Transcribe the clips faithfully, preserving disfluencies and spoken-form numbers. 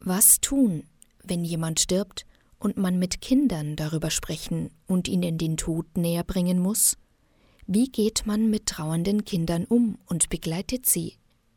Was tun, wenn jemand stirbt und man mit Kindern darüber sprechen und ihnen den Tod näher bringen muss? Wie geht man mit trauernden Kindern um und begleitet sie?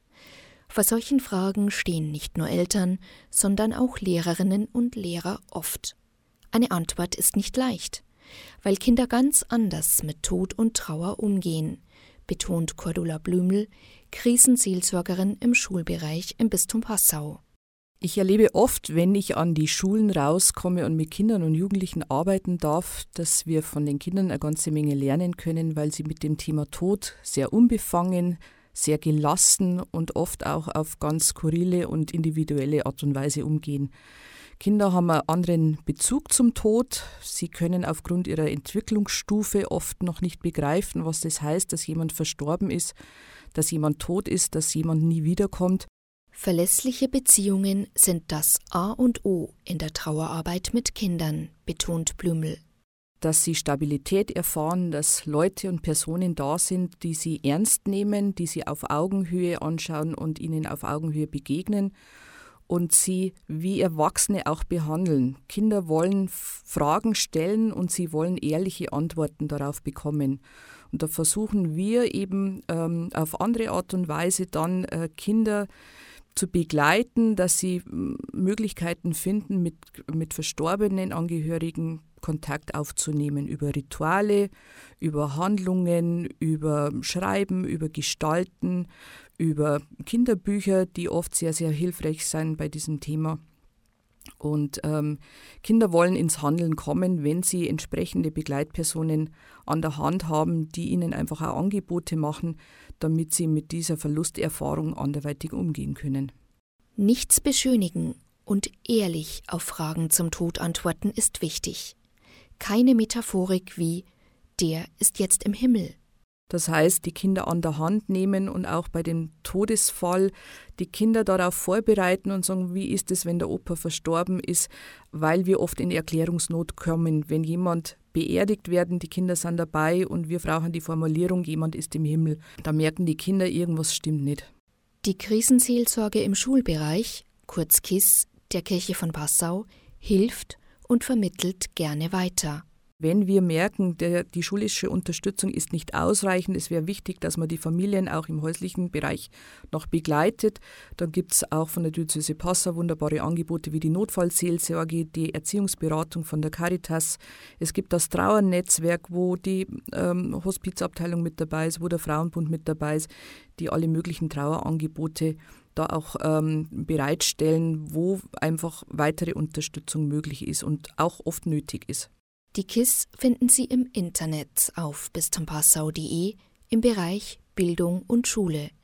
Vor solchen Fragen stehen nicht nur Eltern, sondern auch Lehrerinnen und Lehrer oft. Eine Antwort ist nicht leicht, weil Kinder ganz anders mit Tod und Trauer umgehen, betont Cordula Blümel, Krisenseelsorgerin im Schulbereich im Bistum Passau. Ich erlebe oft, wenn ich an die Schulen rauskomme und mit Kindern und Jugendlichen arbeiten darf, dass wir von den Kindern eine ganze Menge lernen können, weil sie mit dem Thema Tod sehr unbefangen, sehr gelassen und oft auch auf ganz skurrile und individuelle Art und Weise umgehen. Kinder haben einen anderen Bezug zum Tod. Sie können aufgrund ihrer Entwicklungsstufe oft noch nicht begreifen, was das heißt, dass jemand verstorben ist, dass jemand tot ist, dass jemand nie wiederkommt. Verlässliche Beziehungen sind das A und O in der Trauerarbeit mit Kindern, betont Blümel. Dass sie Stabilität erfahren, dass Leute und Personen da sind, die sie ernst nehmen, die sie auf Augenhöhe anschauen und ihnen auf Augenhöhe begegnen und sie wie Erwachsene auch behandeln. Kinder wollen Fragen stellen und sie wollen ehrliche Antworten darauf bekommen. Und da versuchen wir eben ähm, auf andere Art und Weise dann äh, Kinder zu begleiten, dass sie Möglichkeiten finden, mit, mit verstorbenen Angehörigen Kontakt aufzunehmen, über Rituale, über Handlungen, über Schreiben, über Gestalten, über Kinderbücher, die oft sehr, sehr hilfreich sind bei diesem Thema. Und ähm, Kinder wollen ins Handeln kommen, wenn sie entsprechende Begleitpersonen an der Hand haben, die ihnen einfach auch Angebote machen, damit sie mit dieser Verlusterfahrung anderweitig umgehen können. Nichts beschönigen und ehrlich auf Fragen zum Tod antworten ist wichtig. Keine Metaphorik wie »der ist jetzt im Himmel«. Das heißt, die Kinder an der Hand nehmen und auch bei dem Todesfall die Kinder darauf vorbereiten und sagen, wie ist es, wenn der Opa verstorben ist, weil wir oft in Erklärungsnot kommen. Wenn jemand beerdigt werden, die Kinder sind dabei und wir brauchen die Formulierung, jemand ist im Himmel. Da merken die Kinder, irgendwas stimmt nicht. Die Krisenseelsorge im Schulbereich, kurz K I S, der Kirche von Passau, hilft und vermittelt gerne weiter. Wenn wir merken, der, die schulische Unterstützung ist nicht ausreichend, es wäre wichtig, dass man die Familien auch im häuslichen Bereich noch begleitet, dann gibt es auch von der Diözese Passau wunderbare Angebote wie die Notfallseelsorge, die Erziehungsberatung von der Caritas. Es gibt das Trauernetzwerk, wo die ähm, Hospizabteilung mit dabei ist, wo der Frauenbund mit dabei ist, die alle möglichen Trauerangebote da auch ähm, bereitstellen, wo einfach weitere Unterstützung möglich ist und auch oft nötig ist. Die K I S finden Sie im Internet auf bistumpassau punkt de im Bereich Bildung und Schule.